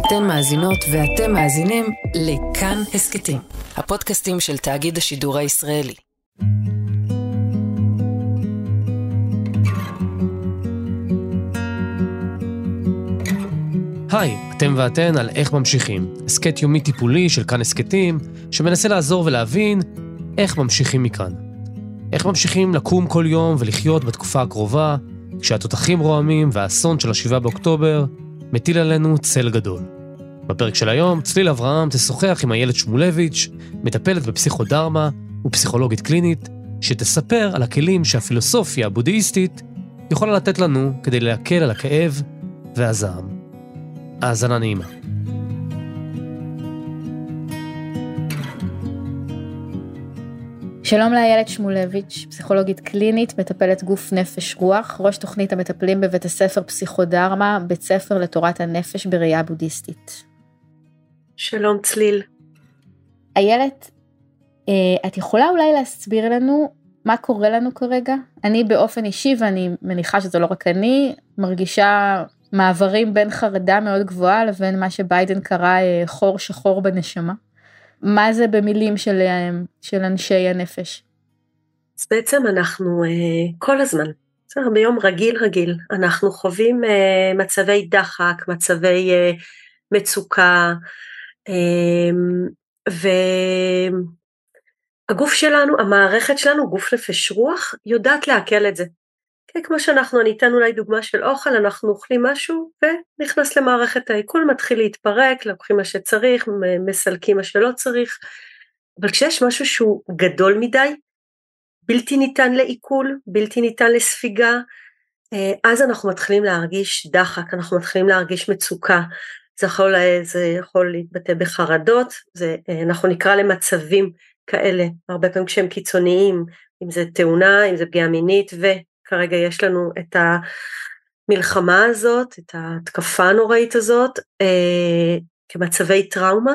אתן מאזינות ואתם מאזינים לכאן הסקטים, הפודקאסטים של תאגיד השידור הישראלי. היי, אתם ואתן על איך ממשיכים. הסקט יומי טיפולי של כאן הסקטים, שמנסה לעזור ולהבין איך ממשיכים מכאן. איך ממשיכים לקום כל יום ולחיות בתקופה הקרובה, כשהתותחים רועמים והאסון של 7 באוקטובר מטיל עלינו צל גדול. בפרק של היום, צליל אברהם תשוחח עם איילת שמולביץ', מטפלת בפסיכודרמה ופסיכולוגית קלינית, שתספר על הכלים שהפילוסופיה הבודהיסטית יכולה לתת לנו כדי להקל על הכאב והזעם. האזנה נעימה. שלום לאיילת שמולביץ', פסיכולוגית קלינית, מטפלת גוף נפש רוח, ראש תוכנית המטפלים בבית הספר פסיכודרמה, בית ספר לתורת הנפש בראייה בודהיסטית. שלום צליל. איילת, את יכולה אולי להסביר לנו מה קורה לנו כרגע? אני באופן אישי, ואני מניחה שזה לא רק אני, מרגישה מעברים בין חרדה מאוד גבוהה לבין מה שביידן קרא חור שחור בנשמה. מה זה במילים של אנשי הנפש? אז בעצם אנחנו כל הזמן, ביום רגיל, אנחנו חווים מצבי דחק, מצבי מצוקה, והגוף שלנו, המערכת שלנו, גוף נפש רוח, יודעת להקל את זה. כמו שאנחנו, אני אתן אולי דוגמה של אוכל, אנחנו אוכלים משהו ונכנס למערכת העיכול, מתחיל להתפרק, לוקחים מה שצריך, מסלקים מה שלא צריך, אבל כשיש משהו שהוא גדול מדי, בלתי ניתן לעיכול, בלתי ניתן לספיגה, אז אנחנו מתחילים להרגיש דחק, אנחנו מתחילים להרגיש מצוקה, זה יכול להתבטא בחרדות, אנחנו נקרא למצבים כאלה, הרבה פעמים כשהם קיצוניים, אם זה תאונה, אם זה פגיעה מינית, כרגע יש לנו את המלחמה הזאת, את ההתקפה הנוראית הזאת, כמצבי טראומה,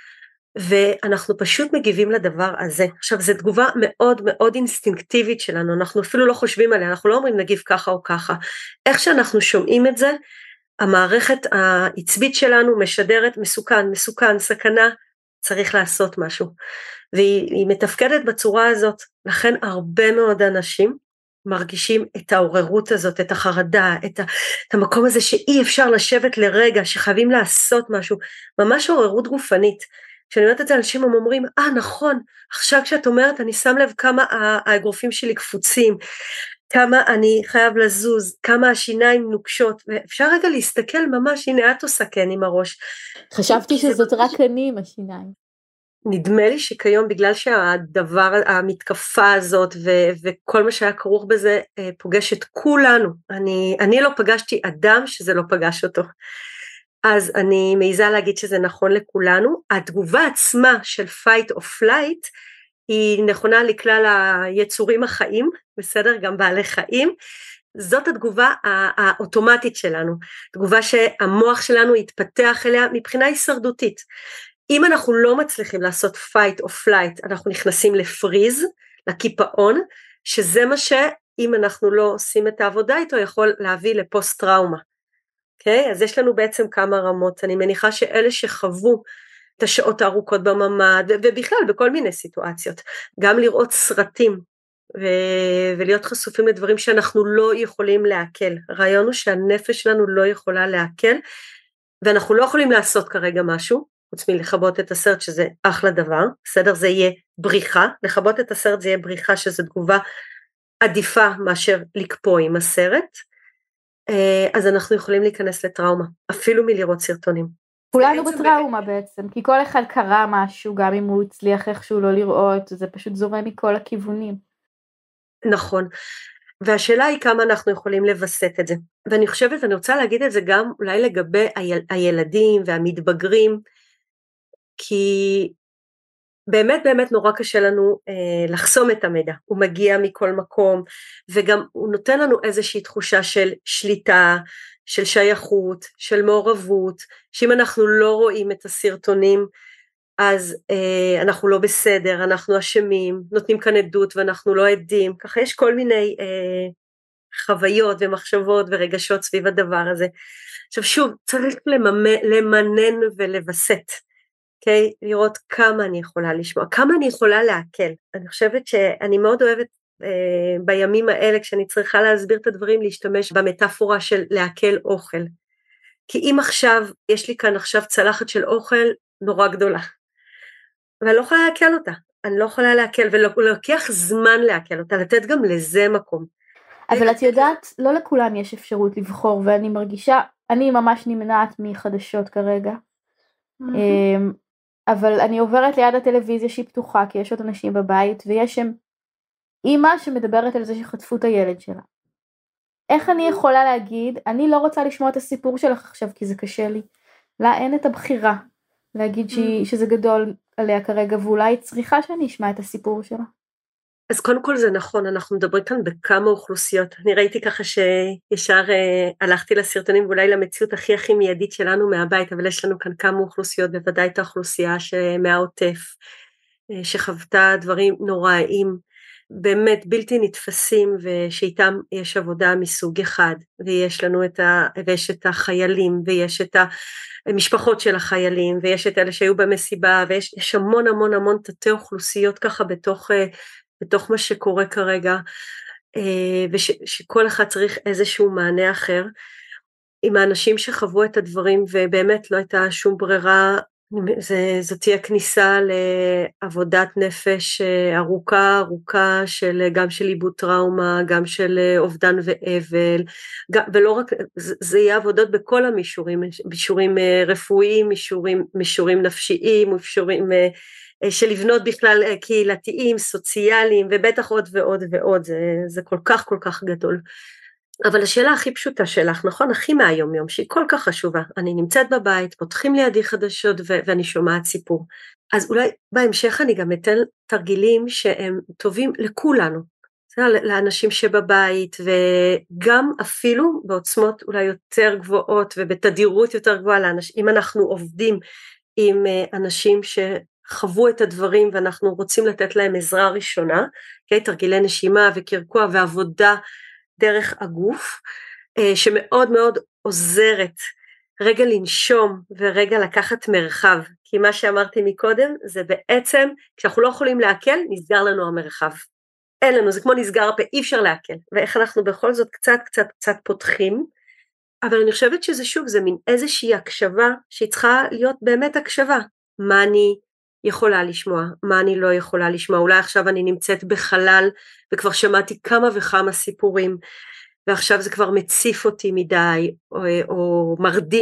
ואנחנו פשוט מגיבים לדבר הזה. עכשיו, זו תגובה מאוד מאוד אינסטינקטיבית שלנו, אנחנו אפילו לא חושבים עליה, אנחנו לא אומרים נגיב ככה או ככה. איך שאנחנו שומעים את זה, המערכת העצבית שלנו משדרת מסוכן, סכנה, צריך לעשות משהו. והיא מתפקדת בצורה הזאת, לכן הרבה מאוד אנשים, מרגישים את העוררות הזאת, את החרדה, את המקום הזה שאי אפשר לשבת לרגע, שחייבים לעשות משהו, ממש עוררות גופנית. כשאני אומרת את זה, אנשים אומרים, נכון, עכשיו כשאת אומרת, אני שם לב כמה האגרופים שלי קפוצים, כמה אני חייב לזוז, כמה השיניים נוקשות, ואפשר רגע להסתכל ממש, הנה את עושה כן עם הראש. חשבתי שזאת רק אני עם השיניים. נדמה לי שכיום בגלל שהדבר, המתקפה הזאת וכל מה שהיה כרוך בזה פוגש את כולנו, אני לא פגשתי אדם שזה לא פגש אותו, אז אני מעיזה להגיד שזה נכון לכולנו. התגובה עצמה של fight or flight היא נכונה לכלל היצורים החיים, בסדר, גם בעלי חיים, זאת התגובה האוטומטית שלנו, תגובה שהמוח שלנו יתפתח אליה מבחינה הישרדותית. אם אנחנו לא מצליחים לעשות fight or flight, אנחנו נכנסים לפריז, לקיפאון, שזה מה שאם אנחנו לא עושים את העבודה איתו, יכול להביא לפוסט טראומה. Okay? אז יש לנו בעצם כמה רמות, אני מניחה שאלה שחוו את השעות הארוכות בממד, ובכלל בכל מיני סיטואציות, גם לראות סרטים, ולהיות חשופים לדברים שאנחנו לא יכולים להקל. הרעיון הוא שהנפש שלנו לא יכולה להקל, ואנחנו לא יכולים לעשות כרגע משהו, חוץ מלחבות את הסרט שזה אחלה דבר, בסדר, זה יהיה בריחה, לחבות את הסרט זה יהיה בריחה שזו תגובה עדיפה מאשר לקפוא עם הסרט, אז אנחנו יכולים להיכנס לטראומה, אפילו מלראות סרטונים. כולנו בטראומה בעצם, כי כל אחד קרא משהו, גם אם הוא הצליח איכשהו לא לראות, זה פשוט זורם מכל הכיוונים. נכון, והשאלה היא כמה אנחנו יכולים לבסט את זה, ואני חושבת, ואני רוצה להגיד את זה גם אולי לגבי הילדים והמתבגרים, כי באמת נורא קשה לנו לחסום את המידע, הוא מגיע מכל מקום, וגם הוא נותן לנו איזושהי תחושה של שליטה, של שייכות, של מעורבות, שאם אנחנו לא רואים את הסרטונים, אז אנחנו לא בסדר, אנחנו אשמים, נותנים כאן עדות ואנחנו לא עדים, ככה יש כל מיני חוויות ומחשבות ורגשות סביב הדבר הזה. עכשיו שוב, צריך למנן ולבסט, אוקיי? לראות כמה אני יכולה לשמוע, כמה אני יכולה להקל. אני חושבת שאני מאוד אוהבת בימים האלה, כשאני צריכה להסביר את הדברים, להשתמש במטאפורה של להקל אוכל. כי אם עכשיו, יש לי כאן עכשיו צלחת של אוכל נורא גדולה, ואני לא יכולה להקל אותה, אני לא יכולה להקל, ולוקח זמן להקל אותה, לתת גם לזה מקום. אבל את יודעת, לא לכולם יש אפשרות לבחור, ואני מרגישה, אני ממש נמנעת מחדשות כרגע, אבל אני עוברת ליד הטלוויזיה שהיא פתוחה, כי יש עוד אנשים בבית, ויש שם אימא שמדברת על זה שחטפו את הילד שלה. איך אני יכולה להגיד, אני לא רוצה לשמוע את הסיפור שלך עכשיו, כי זה קשה לי. לה אין את הבחירה להגיד שזה גדול עליה כרגע, ואולי צריכה שאני אשמע את הסיפור שלה. אז קודם כל זה נכון, אנחנו מדברים כאן בכמה אוכלוסיות. אני ראיתי ככה שישר הלכתי לסרטונים, ואולי למציאות הכי מיידית שלנו מהבית, אבל יש לנו כאן כמה אוכלוסיות, בוודאי את האוכלוסייה מהעוטף, שחוותה דברים נוראים, באמת בלתי נתפסים, ושאיתם יש עבודה מסוג אחד, ויש לנו ויש את החיילים, ויש את המשפחות של החיילים, ויש את אלה שהיו במסיבה, ויש המון תתי אוכלוסיות ככה בתוך מה שקורה כרגע, ושכל אחד צריך איזשהו מענה אחר, עם האנשים שחוו את הדברים, ובאמת לא הייתה שום ברירה, זו תהיה כניסה לעבודת נפש ארוכה, גם של איבוד טראומה, גם של אובדן ואבל, ולא רק, זה יהיה עבודות בכל המישורים, מישורים רפואיים, מישורים נפשיים, מישורים של לבנות בכלל קהילתיים, סוציאליים, ובטח עוד ועוד ועוד, זה כל כך גדול. אבל השאלה הכי פשוטה שלך, נכון, הכי מהיום יום, שהיא כל כך חשובה, אני נמצאת בבית, פותחים לידי חדשות ואני שומעת סיפור, אז אולי בהמשך אני גם אתן תרגילים שהם טובים לכולנו, לאנשים שבבית, וגם אפילו בעוצמות אולי יותר גבוהות, ובתדירות יותר גבוהה, אם אנחנו עובדים עם אנשים שחוו את הדברים, ואנחנו רוצים לתת להם עזרה ראשונה, תרגילי נשימה וקרקוע ועבודה, דרך הגוף, שמאוד עוזרת רגע לנשום ורגע לקחת מרחב, כי מה שאמרתי מקודם זה בעצם, כשאנחנו לא יכולים להקל, נסגר לנו המרחב. אין לנו, זה כמו נסגר הפה, אי אפשר להקל, ואיך אנחנו בכל זאת קצת פותחים, אבל אני חושבת שזה שוב, זה מין איזושהי הקשבה, שהיא צריכה להיות באמת הקשבה, מה אני יכולה לשמוע, מה אני לא יכולה לשמוע, אולי עכשיו אני נמצאת בחלל, וכבר שמעתי כמה וכמה סיפורים, ועכשיו זה כבר מציף אותי מדי, או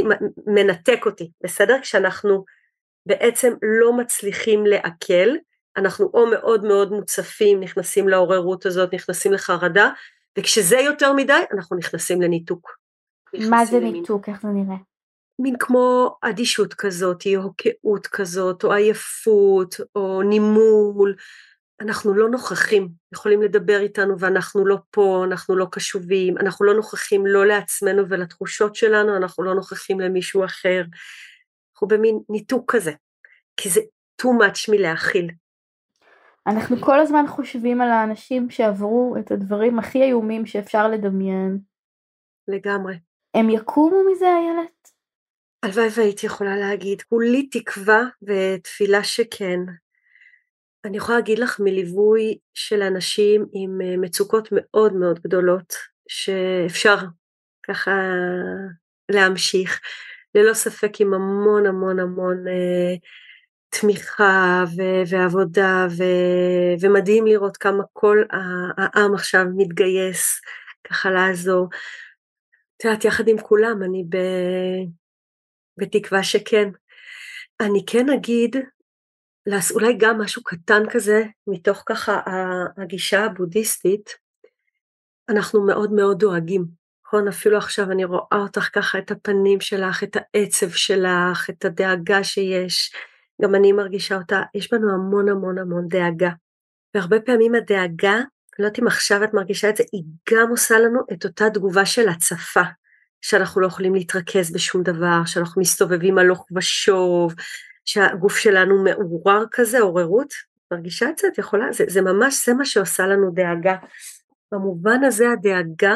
מנתק אותי, בסדר? כשאנחנו בעצם לא מצליחים לעכל, אנחנו או מאוד מוצפים, נכנסים לעוררות הזאת, נכנסים לחרדה, וכשזה יותר מדי, אנחנו נכנסים לניתוק. מה זה ניתוק? איך זה נראה? מין כמו אדישות כזאת, או הוקעות כזאת, או עייפות, או נימול, אנחנו לא נוכחים, יכולים לדבר איתנו ואנחנו לא פה, אנחנו לא קשובים, אנחנו לא נוכחים לא לעצמנו ולתחושות שלנו, אנחנו לא נוכחים למישהו אחר, אנחנו במין ניתוק כזה, כי זה too much מלהכיל. אנחנו כל הזמן חושבים על האנשים שעברו את הדברים הכי איומים שאפשר לדמיין. לגמרי. הם יקומו מזה, איילת? הלוואי והייתי יכולה להגיד, כולי תקווה ותפילה שכן. אני יכולה להגיד לך מליווי של אנשים עם מצוקות מאוד גדולות, שאפשר ככה להמשיך, ללא ספק עם המון תמיכה ועבודה, ומדהים לראות כמה כל העם עכשיו מתגייס ככה לעזור. את יודעת, יחד עם כולם, אני בתקווה שכן. אני כן אגיד, אולי גם משהו קטן כזה, מתוך ככה הגישה הבודהיסטית, אנחנו מאוד דואגים, נכון? אפילו עכשיו אני רואה אותך ככה, את הפנים שלך, את העצב שלך, את הדאגה שיש, גם אני מרגישה אותה, יש בנו המון דאגה, והרבה פעמים הדאגה, לא יודעת אם עכשיו את מרגישה את זה, היא גם עושה לנו את אותה תגובה של הצפה, שאנחנו לא יכולים להתרכז בשום דבר, שאנחנו מסתובבים הלוך ושוב, שהגוף שלנו מעורר כזה, עוררות, מרגישה את זה, את יכולה, זה ממש, זה מה שעושה לנו דאגה. במובן הזה הדאגה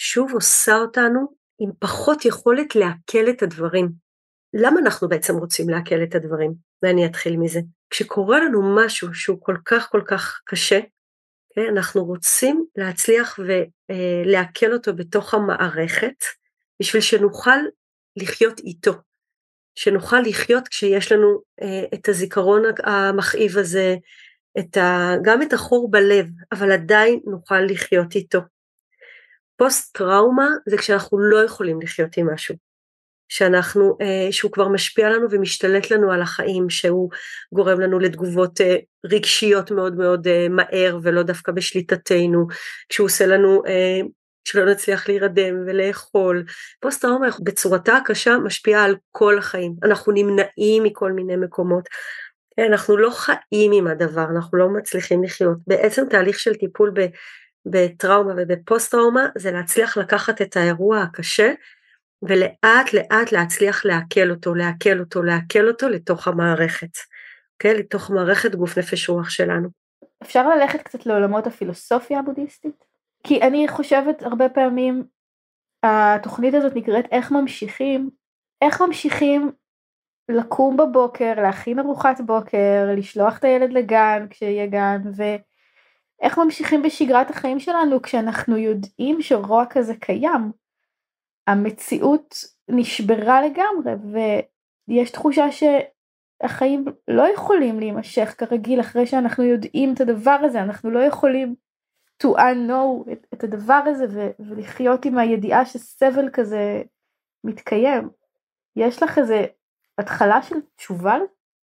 שוב עושה אותנו עם פחות יכולת לעכל את הדברים. למה אנחנו בעצם רוצים לעכל את הדברים? ואני אתחיל מזה. כשקורה לנו משהו שהוא כל כך כל כך קשה, אנחנו רוצים להצליח ולעכל אותו בתוך המערכת, בשביל שנוכל לחיות איתו, שנוכל לחיות כשיש לנו את הזיכרון המכאיב הזה, גם את החור בלב, אבל עדיין נוכל לחיות איתו. פוסט טראומה זה כשאנחנו לא יכולים לחיות עם משהו, שהוא כבר משפיע לנו ומשתלט לנו על החיים, שהוא גורם לנו לתגובות רגשיות מאוד מאוד מהר, ולא דווקא בשליטתנו, כשהוא עושה לנו שלא נצליח להירדם ולאכול. פוסט טראומה בצורתה הקשה משפיעה על כל החיים, אנחנו נמנעים מכל מיני מקומות, אנחנו לא חיים עם הדבר, אנחנו לא מצליחים לחיות. בעצם תהליך של טיפול בטראומה ובפוסט טראומה, זה להצליח לקחת את האירוע הקשה, ולאט לאט להצליח לעכל אותו לתוך המערכת, לתוך מערכת גוף נפש רוח שלנו. אפשר ללכת קצת לעולמות הפילוסופיה הבודהיסטית? כי אני חושבת הרבה פעמים, התוכנית הזאת נקראת איך ממשיכים לקום בבוקר, להכין ארוחת בוקר, לשלוח את הילד לגן כשיהיה גן, ואיך ממשיכים בשגרת החיים שלנו כשאנחנו יודעים שרוע כזה קיים. המציאות נשברה לגמרי, ויש תחושה שהחיים לא יכולים להימשך כרגיל אחרי שאנחנו יודעים את הדבר הזה, אנחנו לא יכולים to unknow את הדבר הזה ולחיות עם הידיעה שסבל כזה מתקיים. יש לך איזה התחלה של תשובה?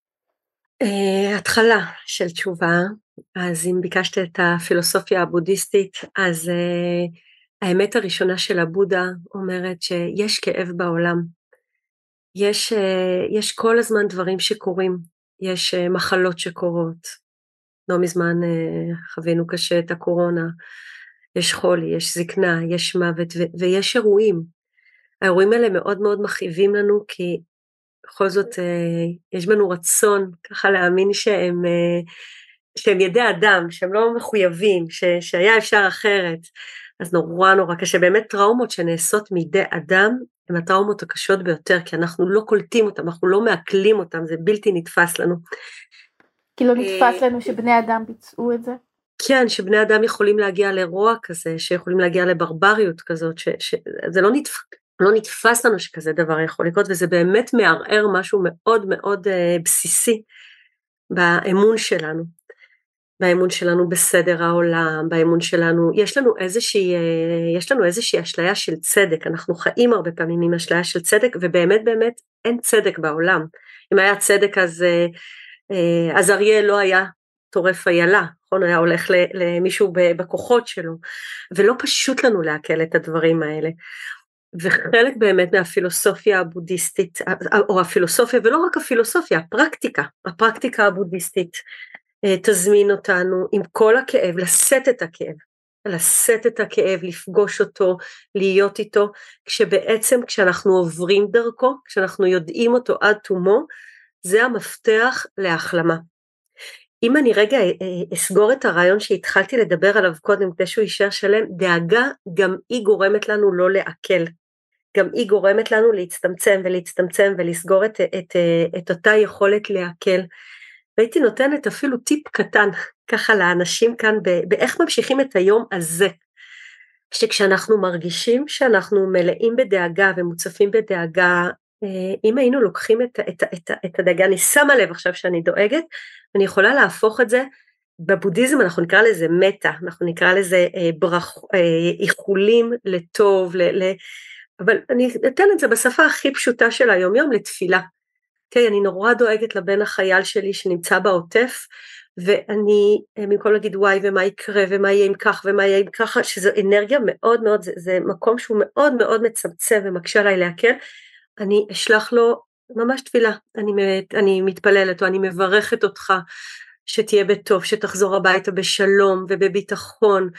התחלה של תשובה, אז אם ביקשת את הפילוסופיה הבודהיסטית, אז האמת הראשונה של הבודה אומרת שיש כאב בעולם, יש כל הזמן דברים שקורים, יש מחלות שקורות, לא מזמן חווינו קשה את הקורונה, יש חולי, יש זקנה, יש מוות ויש אירועים, האירועים האלה מאוד מאוד מכאיבים לנו, כי בכל זאת יש בנו רצון ככה להאמין שהם ידי אדם, שהם לא מחויבים, שהיה אפשר אחרת, אז נורא נורא קשה, באמת טראומות שנעשות מידי אדם, הן הטראומות הקשות ביותר, כי אנחנו לא קולטים אותם, אנחנו לא מעכלים אותם, זה בלתי נתפס לנו. כי לא נתפס לנו שבני אדם ביצעו את זה? כן, שבני אדם יכולים להגיע לרוע כזה, שיכולים להגיע לברבריות כזאת, זה לא נתפס לנו שכזה דבר יכול לקרות, וזה באמת מערער משהו מאוד מאוד בסיסי באמון שלנו בסדר העולם, באמון שלנו, יש לנו איזושהי אשליה של צדק, אנחנו חיים הרבה פעמים עם אשליה של צדק, ובאמת באמת אין צדק בעולם. אם היה צדק אז אריה לא היה טורף איילה, נכון? היה הולך למישהו בכוחות שלו, ולא פשוט לנו לעכל את הדברים האלה. וחלק באמת מהפילוסופיה הבודהיסטית, או הפילוסופיה, ולא רק הפילוסופיה, הפרקטיקה הבודהיסטית, תזמין אותנו עם כל הכאב, לשאת את הכאב, לפגוש אותו, להיות איתו, כשבעצם כשאנחנו עוברים דרכו, כשאנחנו יודעים אותו עד תומו, זה המפתח להחלמה. אם אני רגע אסגור את הרעיון שהתחלתי לדבר עליו קודם, כדי שהוא יישאר שלם, דאגה גם היא גורמת לנו לא לעכל, גם היא גורמת לנו להצטמצם ולסגור את אותה יכולת לעכל, והייתי נותנת אפילו טיפ קטן, ככה לאנשים כאן, באיך ממשיכים את היום הזה, שכשאנחנו מרגישים שאנחנו מלאים בדאגה ומוצפים בדאגה, אם היינו לוקחים את הדאגה, אני שמה לב עכשיו שאני דואגת, אני יכולה להפוך את זה, בבודהיזם אנחנו נקרא לזה מטה, אנחנו נקרא לזה איחולים לטוב, אבל אני אתן את זה בשפה הכי פשוטה של היום יום, לתפילה. אני נורא דואגת לבן החייל שלי שנמצא בעוטף, ואני במקום להגיד וואי ומה יקרה ומה יהיה עם כך ומה יהיה עם ככה, שזו אנרגיה מאוד מאוד, זה מקום שהוא מאוד מאוד מצמצם ומקשה עליי להקל, אני אשלח לו ממש תפילה, אני מתפללת או אני מברכת אותך שתהיה בטוב, שתחזור הביתה בשלום ובביטחון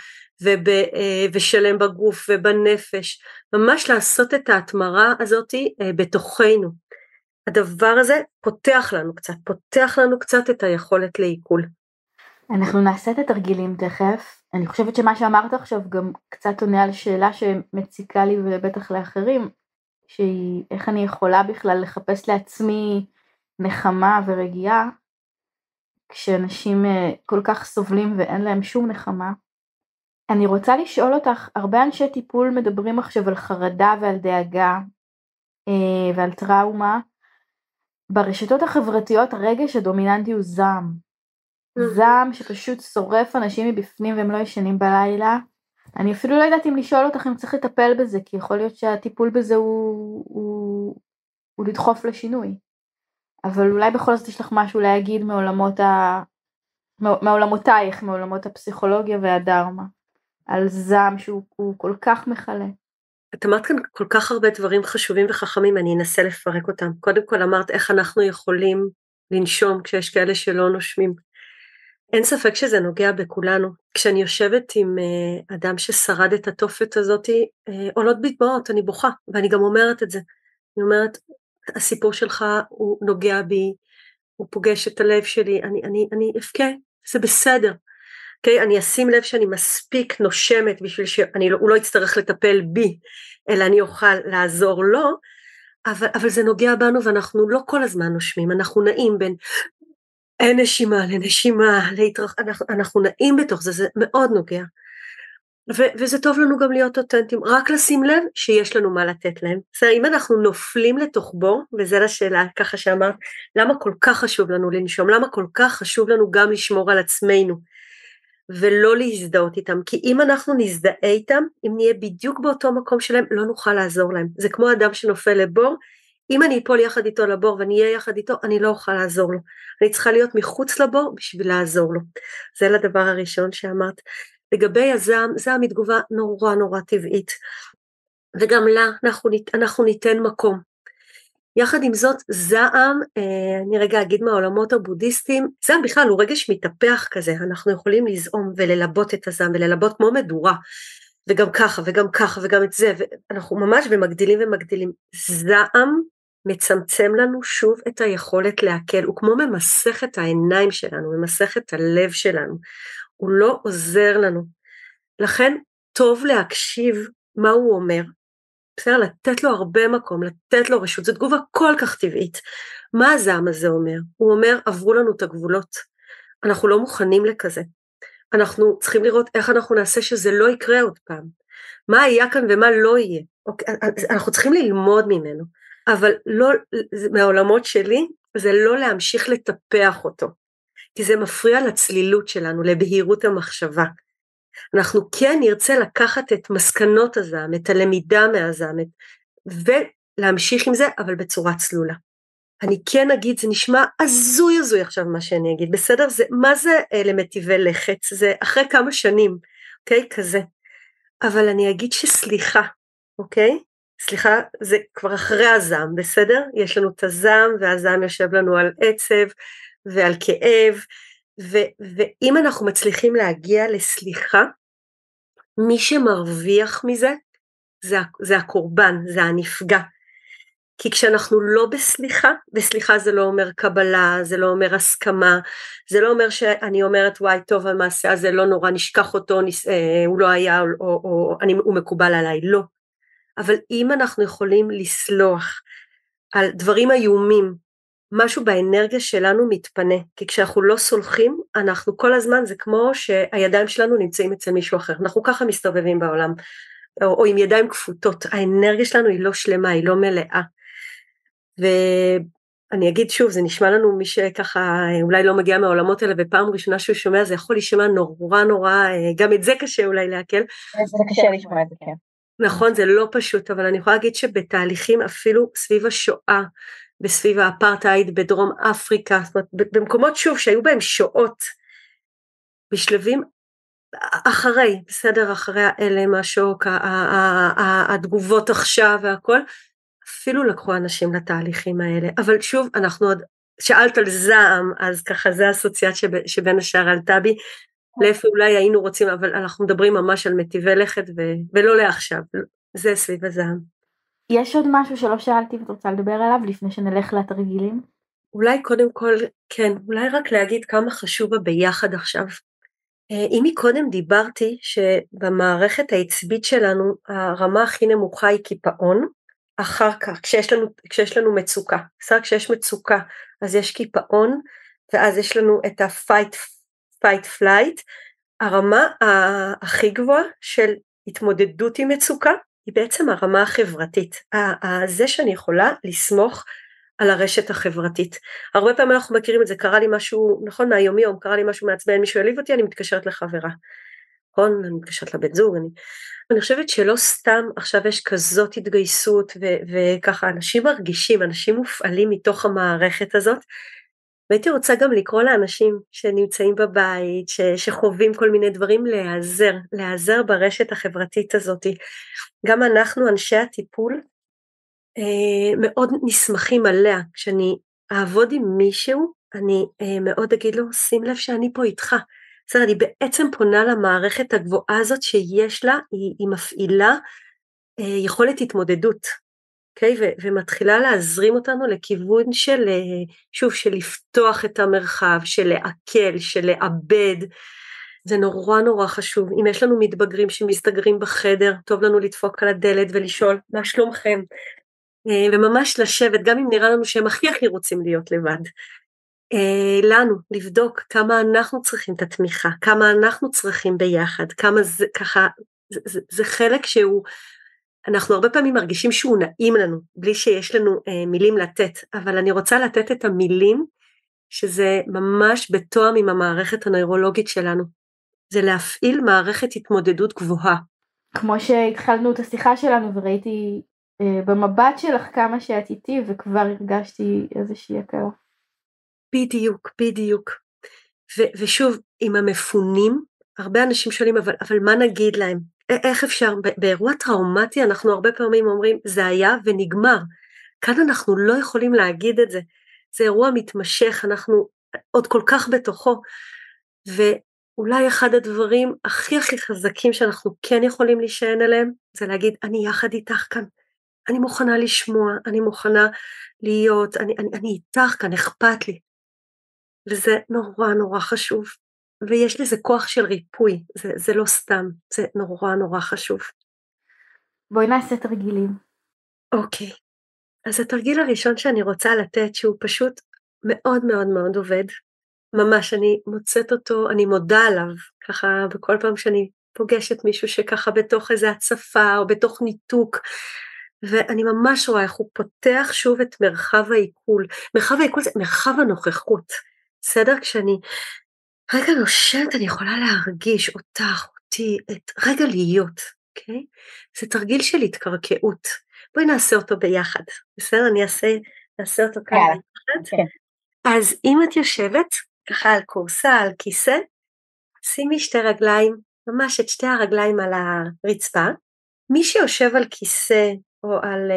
ושלם בגוף ובנפש, ממש לעשות את ההתמרה הזאת בתוכנו. הדבר הזה פותח לנו קצת את היכולת לעיכול. אנחנו נעשה את התרגילים תכף, אני חושבת שמה שאמרת עכשיו גם קצת עונה על שאלה שמציקה לי ובטח לאחרים, שהיא איך אני יכולה בכלל לחפש לעצמי נחמה ורגיעה, כשאנשים כל כך סובלים ואין להם שום נחמה. אני רוצה לשאול אותך, הרבה אנשי טיפול מדברים עכשיו על חרדה ועל דאגה ועל טראומה. ברשתות החברתיות הרגש הדומיננטי הוא זעם. זעם שפשוט שורף אנשים מבפנים והם לא ישנים בלילה. אני אפילו לא יודעת אם לשאול אותך אם צריך לטפל בזה, כי יכול להיות שהטיפול בזה הוא לדחוף לשינוי. אבל אולי בכל זאת יש לך משהו להגיד מעולמותייך, מעולמות הפסיכולוגיה והדרמה, על זעם שהוא כל כך מכלה. את אמרת כאן כל כך הרבה דברים חשובים וחכמים, אני אנסה לפרק אותם. קודם כל אמרת איך אנחנו יכולים לנשום כשיש כאלה שלא נושמים. אין ספק שזה נוגע בכולנו. כשאני יושבת עם אדם ששרד את התופת הזאת, עולות בי דמעות, אני בוכה, ואני גם אומרת את זה. אני אומרת, הסיפור שלך הוא נוגע בי, הוא פוגש את הלב שלי, אני אבכה, זה בסדר. Okay, אני אשים לב שאני מספיק נושמת בשביל שהוא לא יצטרך לטפל בי, אלא אני אוכל לעזור לו, אבל זה נוגע בנו ואנחנו לא כל הזמן נושמים, אנחנו נעים בין נשימה לנשימה, אנחנו נעים בתוך זה, זה מאוד נוגע, וזה טוב לנו גם להיות אותנטיים, רק לשים לב שיש לנו מה לתת להם. אם אנחנו נופלים לתוך בור, וזה לשאלה ככה שאמרת, למה כל כך חשוב לנו לנשום, למה כל כך חשוב לנו גם לשמור על עצמנו, ולא להזדהות איתם, כי אם אנחנו נזדהה איתם, אם נהיה בדיוק באותו מקום שלהם, לא נוכל לעזור להם. זה כמו אדם שנופל לבור, אם אני אפול יחד איתו לבור ואני אהיה יחד איתו, אני לא אוכל לעזור לו. אני צריכה להיות מחוץ לבור בשביל לעזור לו. זה לדבר הראשון שאמרת. לגבי הזעם, זעם היא תגובה נורא נורא טבעית, וגם לה אנחנו ניתן מקום. יחד עם זאת, זעם, אני רגע אגיד מהעולמות הבודהיסטיים, זעם בכלל הוא רגש מתהפך כזה, אנחנו יכולים לזעום וללבות את הזעם, וללבות כמו מדורה, וגם ככה וגם ככה וגם את זה, ואנחנו ממש ומגדילים ומגדילים. זעם מצמצם לנו שוב את היכולת להקל, הוא כמו ממסך את העיניים שלנו, ממסך את הלב שלנו, הוא לא עוזר לנו. לכן טוב להקשיב מה הוא אומר, בסדר, לתת לו הרבה מקום, לתת לו רשות, זו תגובה כל כך טבעית. מה הזעם הזה אומר? הוא אומר, עברו לנו את הגבולות, אנחנו לא מוכנים לכזה, אנחנו צריכים לראות איך אנחנו נעשה שזה לא יקרה עוד פעם, מה היה כאן ומה לא יהיה, אנחנו צריכים ללמוד ממנו, אבל לא, מהעולמות שלי, זה לא להמשיך לטפח אותו, כי זה מפריע לצלילות שלנו, לבהירות המחשבה, אנחנו כן נרצה לקחת את מסקנות הזעם, את הלמידה מהזעם, ולהמשיך עם זה, אבל בצורה צלולה. אני כן אגיד, זה נשמע הזוי עכשיו מה שאני אגיד, בסדר? מה זה למטיבי לחץ? זה אחרי כמה שנים, אוקיי? כזה. אבל אני אגיד שסליחה, אוקיי? סליחה, זה כבר אחרי הזעם, בסדר? יש לנו את הזעם, והזעם יושב לנו על עצב ועל כאב, ואם אנחנו מצליחים להגיע לסליחה, מי שמרוויח מזה, זה הקורבן, זה הנפגע. כי כשאנחנו לא בסליחה, וסליחה זה לא אומר קבלה, זה לא אומר הסכמה, זה לא אומר שאני אומרת וואי טוב המעשה הזה לא נורא, נשכח אותו, הוא לא היה, הוא מקובל עליי, לא. אבל אם אנחנו יכולים לסלוח על דברים איומים, משהו באנרגיה שלנו מתפנה, כי כשאנחנו לא סולחים, אנחנו כל הזמן, זה כמו שהידיים שלנו נמצאים אצל מישהו אחר, אנחנו ככה מסתובבים בעולם, או עם ידיים כפותות, האנרגיה שלנו היא לא שלמה, היא לא מלאה, ואני אגיד שוב, זה נשמע לנו מי שככה אולי לא מגיע מהעולמות האלה, ופעם ראשונה שהוא שומע, זה יכול להישמע נורא, גם את זה קשה אולי להקל. זה קשה לשמוע את זה, כן. נכון, זה לא פשוט, אבל אני יכולה להגיד שבתהליכים אפילו סביב השואה, בסביב האפרטהייד בדרום אפריקה, זאת אומרת, במקומות שוב שהיו בהם שואות, בשלבים אחרי, בסדר, אחרי האלם, השוק, התגובות עכשיו והכל, אפילו לקחו אנשים לתהליכים האלה, אבל שוב, אנחנו עוד, שאלת על זעם, אז ככה זה האסוציאציה שבין השאר עלתה בי, לאיפה אולי היינו רוצים, אבל אנחנו מדברים ממש על מטיבי לכת, ולא לעכשיו, זה סביב הזעם. יש עוד משהו שלא שאלתי ואת רוצה לדבר עליו, לפני שנלך לתרגילים? אולי קודם כל, כן, אולי רק להגיד כמה חשוב הביחד עכשיו, אם מקודם דיברתי שבמערכת העצבית שלנו הרמה הכי נמוכה היא קיפאון, אחר כך כשיש לנו מצוקה, בסדר? כשיש מצוקה אז יש קיפאון, ואז יש לנו את ה-fight flight, הרמה הכי גבוהה של התמודדות עם מצוקה, היא בעצם הרמה החברתית, זה שאני יכולה לסמוך על הרשת החברתית. הרבה פעמים אנחנו מכירים את זה, קרה לי משהו, נכון, מהיומי יום, קרה לי משהו מעצבן, מישהו העליב אותי, אני מתקשרת לחברה, נכון, אני מתקשרת לבית זוג, אני חושבת שלא סתם עכשיו יש כזאת התגייסות, וככה אנשים מרגישים, אנשים מופעלים מתוך המערכת הזאת, והייתי רוצה גם לקרוא לאנשים שנמצאים בבית, שחווים כל מיני דברים, להיעזר ברשת החברתית הזאת. גם אנחנו, אנשי הטיפול, מאוד נשמחים עליה. כשאני אעבוד עם מישהו, אני מאוד אגיד לו, שים לב שאני פה איתך. בסדר, אני בעצם פונה למערכת הגבוהה הזאת שיש לה, היא מפעילה יכולת התמודדות. Okay, ומתחילה להזרים אותנו לכיוון של, שוב, של לפתוח את המרחב, של לעכל, של לאבד, זה נורא נורא חשוב. אם יש לנו מתבגרים שמסתגרים בחדר, טוב לנו לדפוק על הדלת ולשאול, מה שלומכם? וממש לשבת, גם אם נראה לנו שהם הכי רוצים להיות לבד. לנו, לבדוק כמה אנחנו צריכים את התמיכה, כמה אנחנו צריכים ביחד, כמה זה ככה, זה חלק שהוא, אנחנו הרבה פעמים מרגישים שהוא נעים לנו, בלי שיש לנו מילים לתת, אבל אני רוצה לתת את המילים, שזה ממש בתואם עם המערכת הנוירולוגית שלנו, זה להפעיל מערכת התמודדות גבוהה. כמו שהתחלנו את השיחה שלנו, וראיתי במבט שלך כמה שאת איתי, וכבר הרגשתי איזושהי הכרה. בדיוק. ושוב, עם המפונים, הרבה אנשים שואלים, אבל מה נגיד להם? איך אפשר? באירוע טראומטי אנחנו הרבה פעמים אומרים, זה היה ונגמר. כאן אנחנו לא יכולים להגיד את זה. זה אירוע מתמשך, אנחנו עוד כל כך בתוכו. ואולי אחד הדברים הכי חזקים שאנחנו כן יכולים להישען עליהם, זה להגיד, אני יחד איתך כאן. אני מוכנה לשמוע, אני מוכנה להיות, אני איתך כאן, אכפת לי. וזה נורא נורא חשוב. ויש לזה כוח של ריפוי, זה לא סתם, זה נורא נורא חשוב. בואי נעשה תרגילים. אוקיי, אז התרגיל הראשון שאני רוצה לתת, שהוא פשוט מאוד מאוד מאוד עובד, ממש אני מוצאת אותו, אני מודה עליו, ככה בכל פעם שאני פוגשת מישהו שככה בתוך איזה הצפה, או בתוך ניתוק, ואני ממש רואה איך הוא פותח שוב את מרחב העיכול, מרחב העיכול זה מרחב הנוכחות, בסדר? כשאני רגע נושמת, אני יכולה להרגיש אותך, אותי, רגע להיות, אוקיי? זה תרגיל של התקרקעות. בואי נעשה אותו ביחד, בסדר? נעשה אותו כאן ביחד. כן. אז אם את יושבת, ככה על כורסה, על כיסא, שימי שתי רגליים, ממש את שתי הרגליים על הרצפה. מי שיושב על כיסא, או על,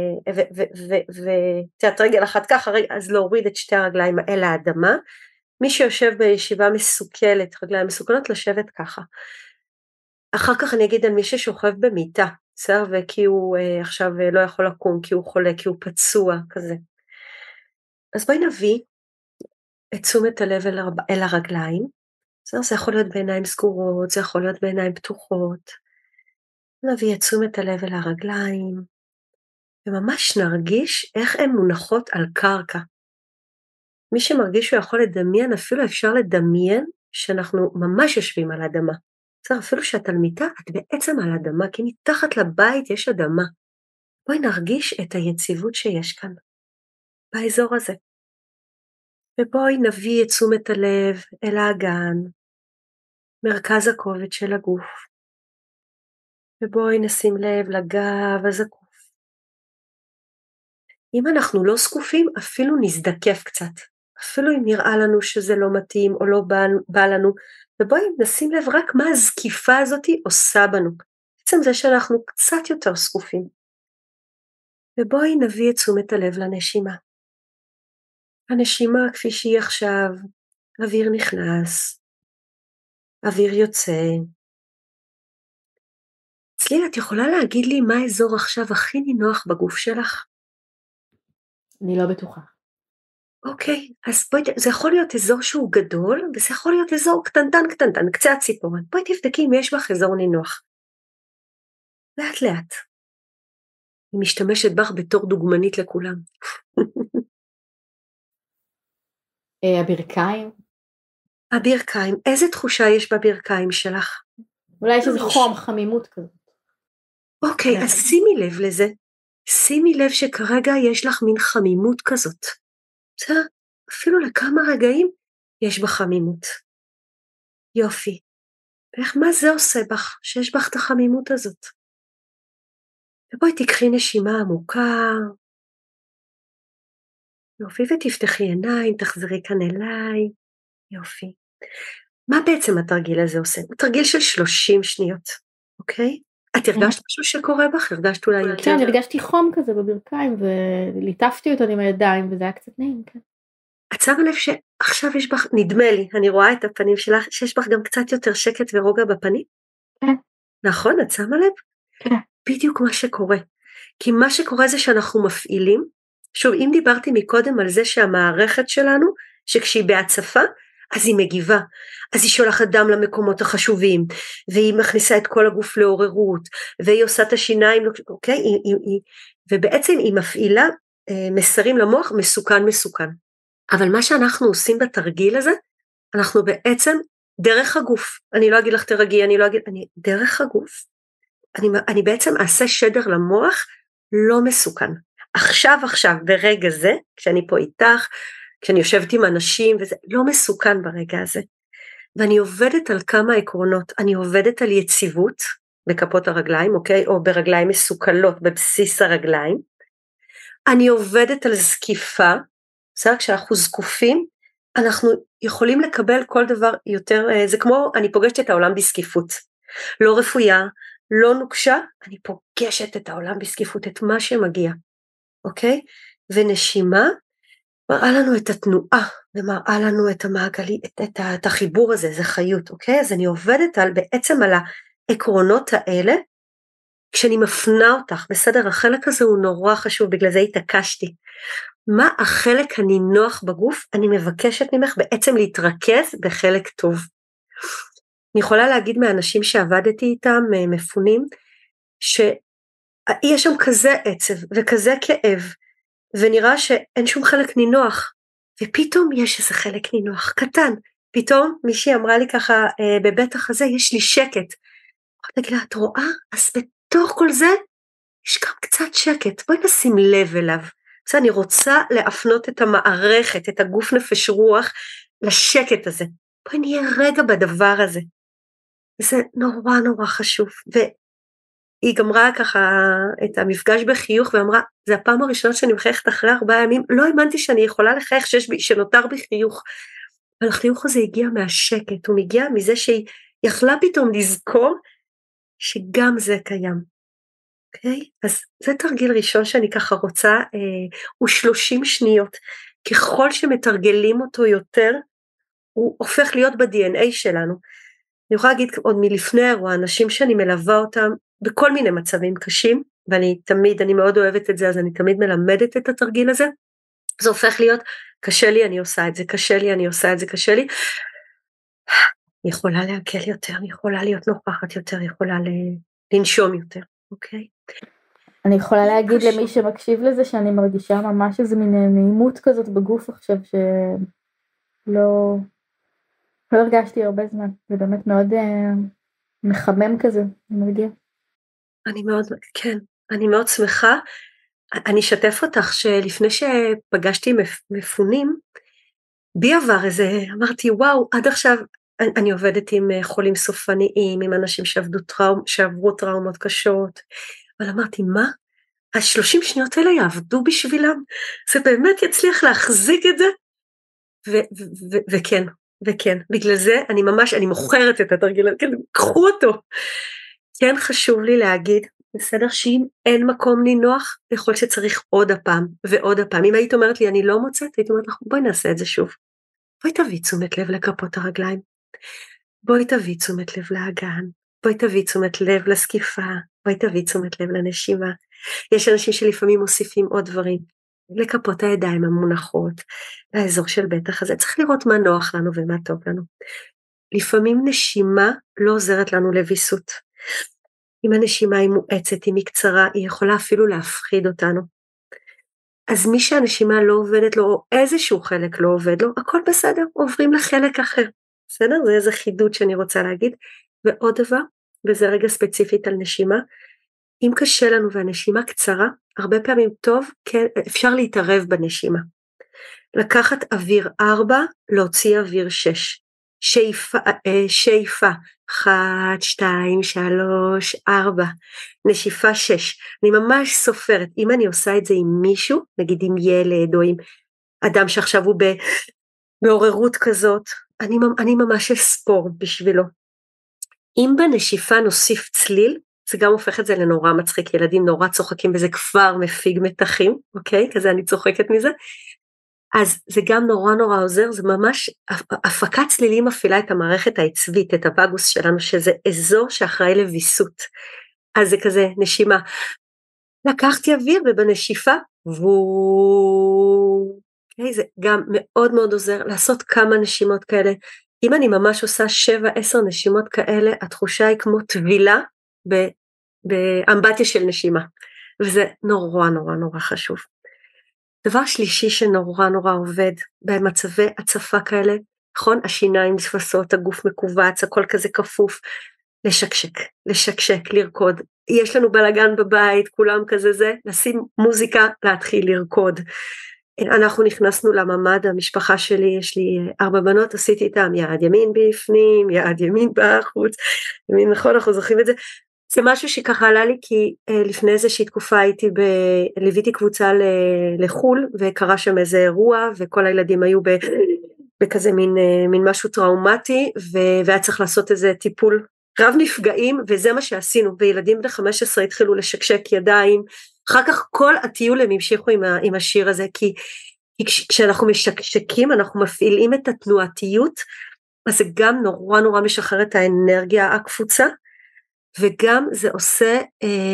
ותיאת רגל אחת ככה, אז להוריד את שתי הרגליים אל האדמה, מי שיושב בישיבה מסוכלת, רגליים מסוכלות, לשבת ככה. אחר כך אני אגיד על מי ששוכב במיטה, בסדר? וכי הוא עכשיו לא יכול לקום, כי הוא חולה, כי הוא פצוע, כזה. אז בואי נביא את תשומת הלב אל הרגליים, בסדר? זה יכול להיות בעיניים סגורות, זה יכול להיות בעיניים פתוחות. נביא את תשומת הלב אל הרגליים, וממש נרגיש איך הן מונחות על קרקע. מי שמרגיש שהוא יכול לדמיין, אפילו אפשר לדמיין שאנחנו ממש יושבים על אדמה. בסדר, אפילו שאת על מיטה, את בעצם על אדמה, כי מתחת לבית יש אדמה. בואי נרגיש את היציבות שיש כאן, באזור הזה. ובואי נביא את תשומת הלב אל האגן, מרכז הכובד של הגוף. ובואי נשים לב לגב הזקוף. אם אנחנו לא זקופים, אפילו נזדקף קצת. אפילו אם נראה לנו שזה לא מתאים או לא בא לנו, ובואי נשים לב רק מה הזקיפה הזאת עושה בנו. בעצם זה שאנחנו קצת יותר זקופים. ובואי נביא את תשומת הלב לנשימה. הנשימה כפי שהיא עכשיו, אוויר נכנס, אוויר יוצא. אצלי את יכולה להגיד לי מה האזור עכשיו הכי נינוח בגוף שלך? אני לא בטוחה. אוקיי, אז בואי, זה יכול להיות אזור שהוא גדול, וזה יכול להיות אזור קטנטן, קצה הציפורן. בואי תבדקי אם יש בך אזור נינוח. לאט לאט. היא משתמשת בך בתור דוגמנית לכולם. הברכיים. הברכיים, איזה תחושה יש בברכיים שלך? אולי יש איזה חום, חמימות כזאת. אוקיי, אז שימי לב לזה. שימי לב שכרגע יש לך מין חמימות כזאת. בסדר? אפילו לכמה רגעים יש בה חמימות. יופי. ואיך, מה זה עושה בך, שיש בך את החמימות הזאת? ובואי תקחי נשימה עמוקה. יופי, ותפתחי עיניים, תחזרי כאן אליי. יופי. מה בעצם התרגיל הזה עושה? הוא תרגיל של 30 שניות, אוקיי? את הרגשת משהו שקורה בך? הרגשת אולי יותר? כן, הרגשתי חום כזה בברכיים, וליטפתי אותו עם הידיים, וזה היה קצת נעים, כן. את שמה לב שעכשיו יש בך, נדמה לי, אני רואה את הפנים שלך, שיש בך גם קצת יותר שקט ורוגע בפנים? כן. נכון, את שמה לב? כן. בדיוק מה שקורה. כי מה שקורה זה שאנחנו מפעילים, שוב, אם דיברתי מקודם על זה שהמערכת שלנו, שכשהיא בהצפה, אז היא מגיבה, אז היא שולחת דם למקומות החשובים, והיא מכניסה את כל הגוף לעוררות, והיא עושה את השיניים, אוקיי? ובעצם היא מפעילה מסרים למוח, מסוכן. אבל מה שאנחנו עושים בתרגיל הזה, אנחנו בעצם דרך הגוף, אני לא אגיד לך תרגי, דרך הגוף, אני בעצם אעשה שדר למוח לא מסוכן. עכשיו, ברגע זה, כשאני פה איתך, כשאני יושבת עם אנשים, וזה לא מסוכן ברגע הזה. ואני עובדת על כמה עקרונות, אני עובדת על יציבות בכפות הרגליים, אוקיי? או ברגליים מסוכלות בבסיס הרגליים. אני עובדת על זקיפה, בסדר? כשאנחנו זקופים, אנחנו יכולים לקבל כל דבר יותר, זה כמו, אני פוגשת את העולם בסקיפות. לא רפויה, לא נוקשה, אני פוגשת את העולם בסקיפות, את מה שמגיע, אוקיי? ונשימה, מראה לנו את התנועה, ומראה לנו את המעגלי, את החיבור הזה, זה חיות, אוקיי? אז אני עובדת בעצם על העקרונות האלה, כשאני מפנה אותך, בסדר? החלק הזה הוא נורא חשוב, בגלל זה התעקשתי. מה החלק הנינוח בגוף? אני מבקשת ממך בעצם להתרכז בחלק טוב. אני יכולה להגיד מאנשים שעבדתי איתם, מפונים, שיש שם כזה עצב וכזה כאב, ונראה שאין שום חלק נינוח, ופתאום יש איזה חלק נינוח קטן, פתאום מישהי אמרה לי ככה, בבית החזה יש לי שקט, תגיד לה, את רואה? אז בתוך כל זה, יש גם קצת שקט, בואי נשים לב אליו, אז אני רוצה להפנות את המערכת, את הגוף נפש רוח, לשקט הזה, בואי נהיה רגע בדבר הזה, זה נורא חשוב, היא גמרה ככה את המפגש בחיוך, ואמרה, זה הפעם הראשונה שאני מחייכת אחרי 4 ימים, לא האמנתי שאני יכולה לחייך שנותר בי חיוך, אבל החיוך הזה הגיע מהשקט, הוא מגיע מזה שהיא יכלה פתאום לזכור, שגם זה קיים, אוקיי? אז זה תרגיל ראשון שאני ככה רוצה, הוא 30 שניות, ככל שמתרגלים אותו יותר, הוא הופך להיות ב-DNA שלנו, אני יכולה להגיד עוד מלפני האירוע, אנשים שאני מלווה אותם, בכל מיני מצבים קשים, אני מאוד אוהבת את זה, אז אני תמיד מלמדת את התרגיל הזה, זה הופך להיות, קשה לי אני עושה את זה, קשה לי אני עושה את זה, קשה לי, אני יכולה להקל יותר, אני יכולה להיות נוכחת יותר, יכולה לנשום יותר, אוקיי? אני יכולה להגיד למי שמקשיב לזה, שאני מרגישה ממש איזה מין נעימות כזאת בגוף עכשיו, שלא הרגשתי הרבה זמן, זה באמת מאוד מחמם כזה, מרגיע. אני מאוד שמחה, אני אשתף אותך שלפני שפגשתי מפונים, בי עבר איזה, אמרתי וואו, עד עכשיו אני עובדת עם חולים סופניים, עם אנשים שעברו טראומות קשות, אבל אמרתי מה? ה-30 שניות האלה יעבדו בשבילם, זה באמת יצליח להחזיק את זה, וכן, בגלל זה אני מוכרת את התרגיל, קחו אותו, כן חשוב לי להגיד, בסדר שאם אין מקום נינוח, יכול שצריך עוד הפעם ועוד הפעם, אם היית אומרת לי אני לא מוצאת, הייתי אומרת לך בואי נעשה את זה שוב, בואי תביא תשומת לב לכפות הרגליים, בואי תביא תשומת לב לאגן, בואי תביא תשומת לב לסקיפה, בואי תביא תשומת לב לנשימה, יש אנשים שלפעמים מוסיפים עוד דברים, לכפות הידיים המונחות, לאזור של בטח הזה, צריך לראות מה נוח לנו ומה טוב לנו. לפעמים נשימה לא עוזרת לנו לויסות. אם הנשימה היא מואצת, אם היא קצרה, היא יכולה אפילו להפחיד אותנו. אז מי שהנשימה לא עובדת לו, או איזשהו חלק לא עובד לו, הכל בסדר, עוברים לחלק אחר. בסדר? זה איזה חידוד שאני רוצה להגיד. ועוד דבר, וזה רגע ספציפית על נשימה, אם קשה לנו והנשימה קצרה, הרבה פעמים טוב, כן, אפשר להתערב בנשימה. לקחת אוויר 4, להוציא אוויר 6. שאיפה 1, 2, 3, 4, נשיפה 6. אני ממש סופרת, אם אני עושה את זה עם מישהו, נגיד עם ילד או עם אדם שעכשיו הוא בעוררות כזאת, אני ממש אספור בשבילו. אם בנשיפה נוסיף צליל, זה גם הופך את זה לנורא מצחיק, ילדים נורא צוחקים וזה כבר מפיג מתחים, אוקיי? כזה אני צוחקת מזה. אז זה גם נורא נורא עוזר, זה ממש, הפקת צלילים מפעילה את המערכת העצבית, את הווגוס שלנו, שזה אזור שאחראי לויסות. אז זה כזה נשימה. לקחתי אוויר ובנשיפה, אוקיי, זה גם מאוד מאוד עוזר לעשות כמה נשימות כאלה. אם אני ממש עושה 7-10 נשימות כאלה, התחושה היא כמו טבילה באמבטיה של נשימה. וזה נורא נורא נורא חשוב. דבר שלישי שנורא נורא עובד במצבי הצפה כאלה, נכון? השיניים ספסות, הגוף מקובץ, הכל כזה כפוף, לשקשק, לרקוד. יש לנו בלגן בבית, כולם כזה זה, לשים מוזיקה, להתחיל לרקוד. אנחנו נכנסנו לממד, המשפחה שלי, יש לי 4 בנות, עשיתי איתם יד ימין בפנים, יד ימין בחוץ, ימין נכון, אנחנו זוכרים את זה, זה משהו שככה עלה לי, כי לפני איזושהי תקופה ליוויתי קבוצה לחול, וקרה שם איזה אירוע, וכל הילדים היו בכזה מין משהו טראומטי, והיה צריך לעשות איזה טיפול רב נפגעים, וזה מה שעשינו, וילדים בני 15 התחילו לשקשק ידיים, אחר כך כל הטיול הם המשיכו עם השיר הזה, כי כשאנחנו משקשקים, אנחנו מפעילים את התנועתיות, אז זה גם נורא נורא משחרר את האנרגיה הקפוצה, וגם זה עושה,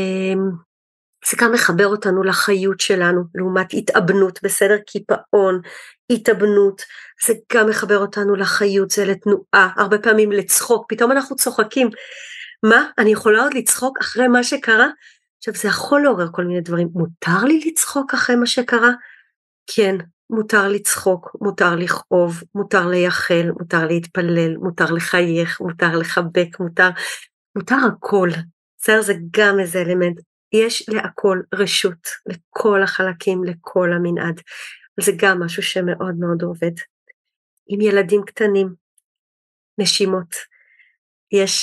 זה גם מחבר אותנו לחיות שלנו, לעומת התאבנות, בסדר? קיפאון, התאבנות, זה גם מחבר אותנו לחיות, זה לתנועה, הרבה פעמים לצחוק, פתאום אנחנו צוחקים, מה? אני יכולה עוד לצחוק אחרי מה שקרה? עכשיו זה יכול לעורר כל מיני דברים, מותר לי לצחוק אחרי מה שקרה? כן, מותר לצחוק, מותר לכאוב, מותר לייחל, מותר להתפלל, מותר לחייך, מותר לחבק, מותר הכל, בסדר? זה גם איזה אלמנט, יש להכל רשות, לכל החלקים, לכל המנעד, זה גם משהו שמאוד מאוד עובד. עם ילדים קטנים, נשימות, יש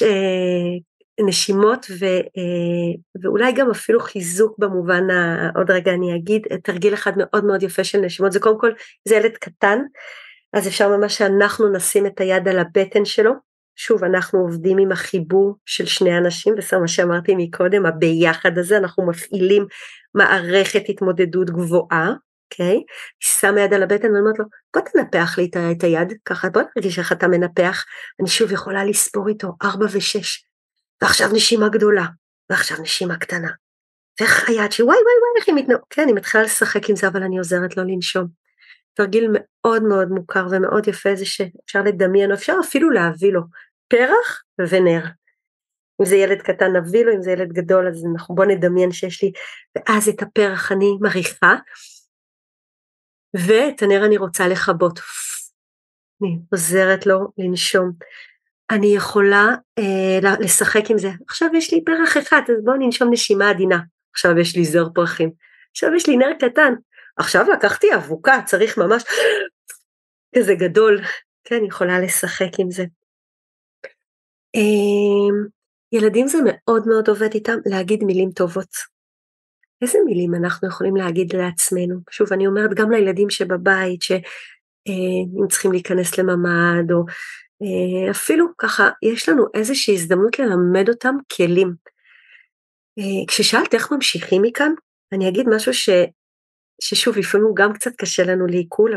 נשימות ואולי גם אפילו חיזוק במובן, עוד רגע אני אגיד, תרגיל אחד מאוד מאוד יפה של נשימות, זה קודם כל, זה ילד קטן, אז אפשר ממש שאנחנו נשים את היד על הבטן שלו, שוב אנחנו עובדים עם החיבור של שני אנשים, וזה מה שאמרתי מקודם, הביחד הזה, אנחנו מפעילים מערכת התמודדות גבוהה, אוקיי? שם יד על הבטן ואומרת לו, בוא תנפח לי את היד, ככה בוא נרגיש איך אתה מנפח, אני שוב יכולה לספור איתו 4 ו-6, ועכשיו נשימה גדולה, ועכשיו נשימה קטנה, ואיך היד שלי, וואי, איך היא מתנפח, כן, אני מתחילה לשחק עם זה, אבל אני עוזרת לו לנשום. תרגיל מאוד מאוד מוכר ומאוד יפה, זה שאפשר לדמיין, או אפשר אפילו להביא לו פרח ונר. אם זה ילד קטן נביא לו, אם זה ילד גדול, אז בוא נדמיין שיש לי, ואז את הפרח אני מריחה, ואת הנר אני רוצה לכבות, אני עוזרת לו לנשום, אני יכולה לשחק עם זה, עכשיו יש לי פרח אחד, אז בואו ננשום נשימה עדינה, עכשיו יש לי זר פרחים, עכשיו יש לי נר קטן, עכשיו לקחתי אבוקה, צריך ממש כזה גדול, כן, יכולה לשחק עם זה. ילדים זה מאוד מאוד עובד איתם להגיד מילים טובות. איזה מילים אנחנו יכולים להגיד לעצמנו? שוב, אני אומרת גם לילדים שבבית, שהם צריכים להיכנס לממד, או אפילו ככה, יש לנו איזושהי הזדמנות ללמד אותם כלים. כששאלת איך ממשיכים מכאן, אני אגיד משהו ששוב, לפעמים הוא גם קצת קשה לנו לעיכול,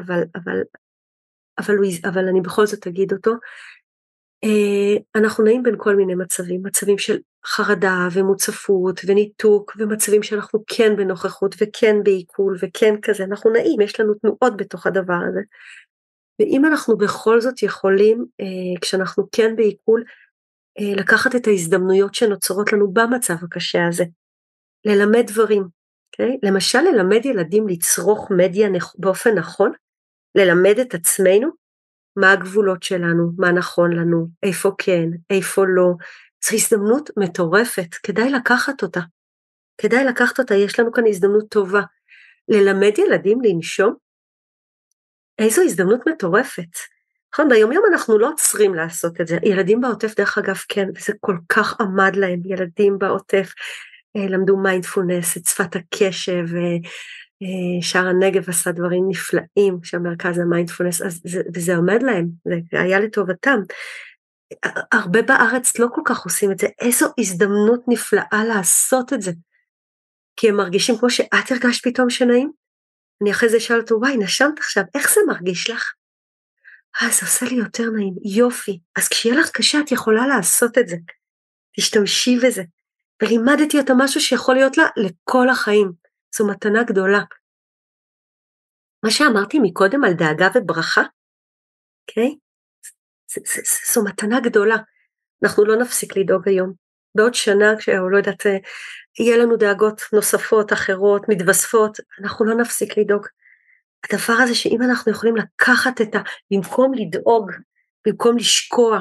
אבל אני בכל זאת אגיד אותו, אנחנו נעים בין כל מיני מצבים של חרדה ומוצפות וניתוק ומצבים שאנחנו כן בנוכחות וכן בעיכול וכן כזה, אנחנו נעים, יש לנו תנועות בתוך הדבר הזה. ואם אנחנו בכל זאת יכולים, כשאנחנו כן בעיכול, לקחת את ההזדמנויות שנוצרות לנו במצב הקשה הזה, ללמד דברים, okay? למשל ללמד ילדים לצרוך מדיה באופן נכון, ללמד את עצמנו מה הגבולות שלנו, מה נכון לנו, איפה כן, איפה לא, זו הזדמנות מטורפת, כדאי לקחת אותה, יש לנו כאן הזדמנות טובה, ללמד ילדים לנשום, איזו הזדמנות מטורפת, נכון, ביום יום אנחנו לא עוצרים לעשות את זה, ילדים בעוטף דרך אגב כן, וזה כל כך עמד להם, ילדים בעוטף, למדו מיינדפולנס, את שפת הקשב, שער הנגב עשה דברים נפלאים, שהמרכז המיינדפולנס, וזה עומד להם, זה היה לטובתם, הרבה בארץ לא כל כך עושים את זה, איזו הזדמנות נפלאה לעשות את זה, כי הם מרגישים כמו שאת הרגשת פתאום שנעים, אני אחרי זה שאל אותו, וואי, נשמת עכשיו, איך זה מרגיש לך? זה עושה לי יותר נעים, יופי, אז כשיהיה לך קשה את יכולה לעשות את זה, תשתמשי בזה, ולימדתי אותה משהו שיכול להיות לה לכל החיים, זו מתנה גדולה. מה שאמרתי מקודם על דאגה וברכה, אוקיי? זו מתנה גדולה, אנחנו לא נפסיק לדאוג היום, בעוד שנה, או לא יודעת, יהיה לנו דאגות נוספות, אחרות, מתווספות, אנחנו לא נפסיק לדאוג. הדבר הזה שאם אנחנו יכולים לקחת במקום לדאוג, במקום לשקוע,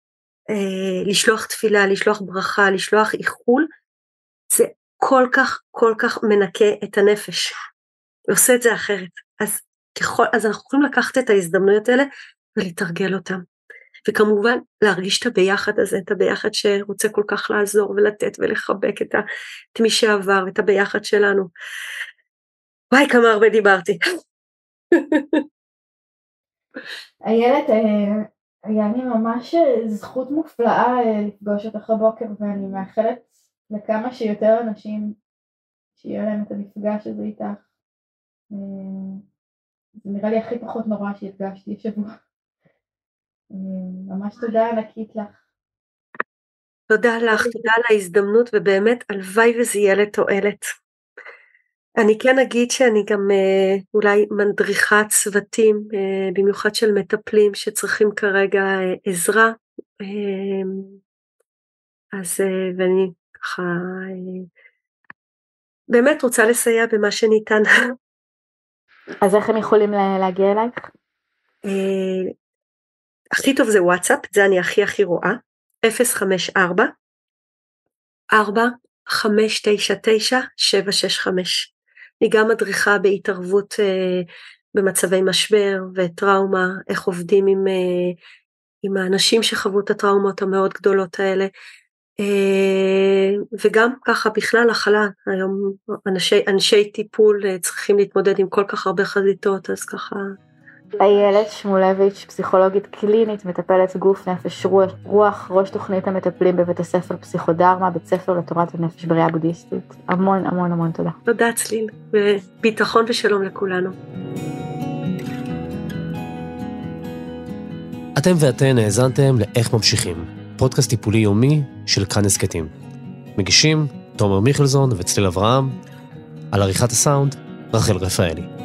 לשלוח תפילה, לשלוח ברכה, לשלוח איחול, זה כל כך מנקה את הנפש, ועושה את זה אחרת. אז אנחנו יכולים לקחת את ההזדמנויות האלה, ולהתרגל אותם. וכמובן, להרגיש את הביחד הזה, את הביחד שרוצה כל כך לעזור, ולתת ולחבק את מי שעבר, את הביחד שלנו. וואי, כמה הרבה דיברתי. איילת, היה לי ממש זכות מופלאה לפגוש אותך הבוקר, ואני מאחלת לכמה שיותר אנשים שיהיה להם את המפגש הזה איתך. זה נראה לי הכי פחות נורא שהתגשתי השבוע. ממש תודה ענקית לך. תודה לך, תודה על ההזדמנות, ובאמת הלוואי וזה יהיה לתועלת. אני כן אגיד שאני גם אולי מדריכה צוותים, במיוחד של מטפלים שצריכים כרגע עזרה, אז ואני ככה באמת רוצה לסייע במה שניתן. אז איך הם יכולים להגיע אלייך? הכי טוב זה וואטסאפ, זה אני הכי רואה, 054 4599 765. אני גם מדריכה בהתערבות במצבי משבר וטראומה, איך עובדים עם האנשים שחוו את הטראומות המאוד גדולות האלה, וגם ככה בכלל הכלה, היום אנשי טיפול צריכים להתמודד עם כל כך הרבה חזיתות, אז ככה. איילת שמולביץ', פסיכולוגית קלינית, מטפלת גוף נפש רוח, ראש תוכנית המטפלים בבית הספר פסיכודרמה, בית ספר לתורת הנפש בריאה בודהיסטית. המון תודה. תודה צליל, וביטחון ושלום לכולנו. אתם ואתן האזנתם לאיך ממשיכים, פודקאסט טיפולי יומי של כאן הסכתים. מגישים תומר מיכלזון וצליל אברהם, על עריכת הסאונד רחל רפאלי.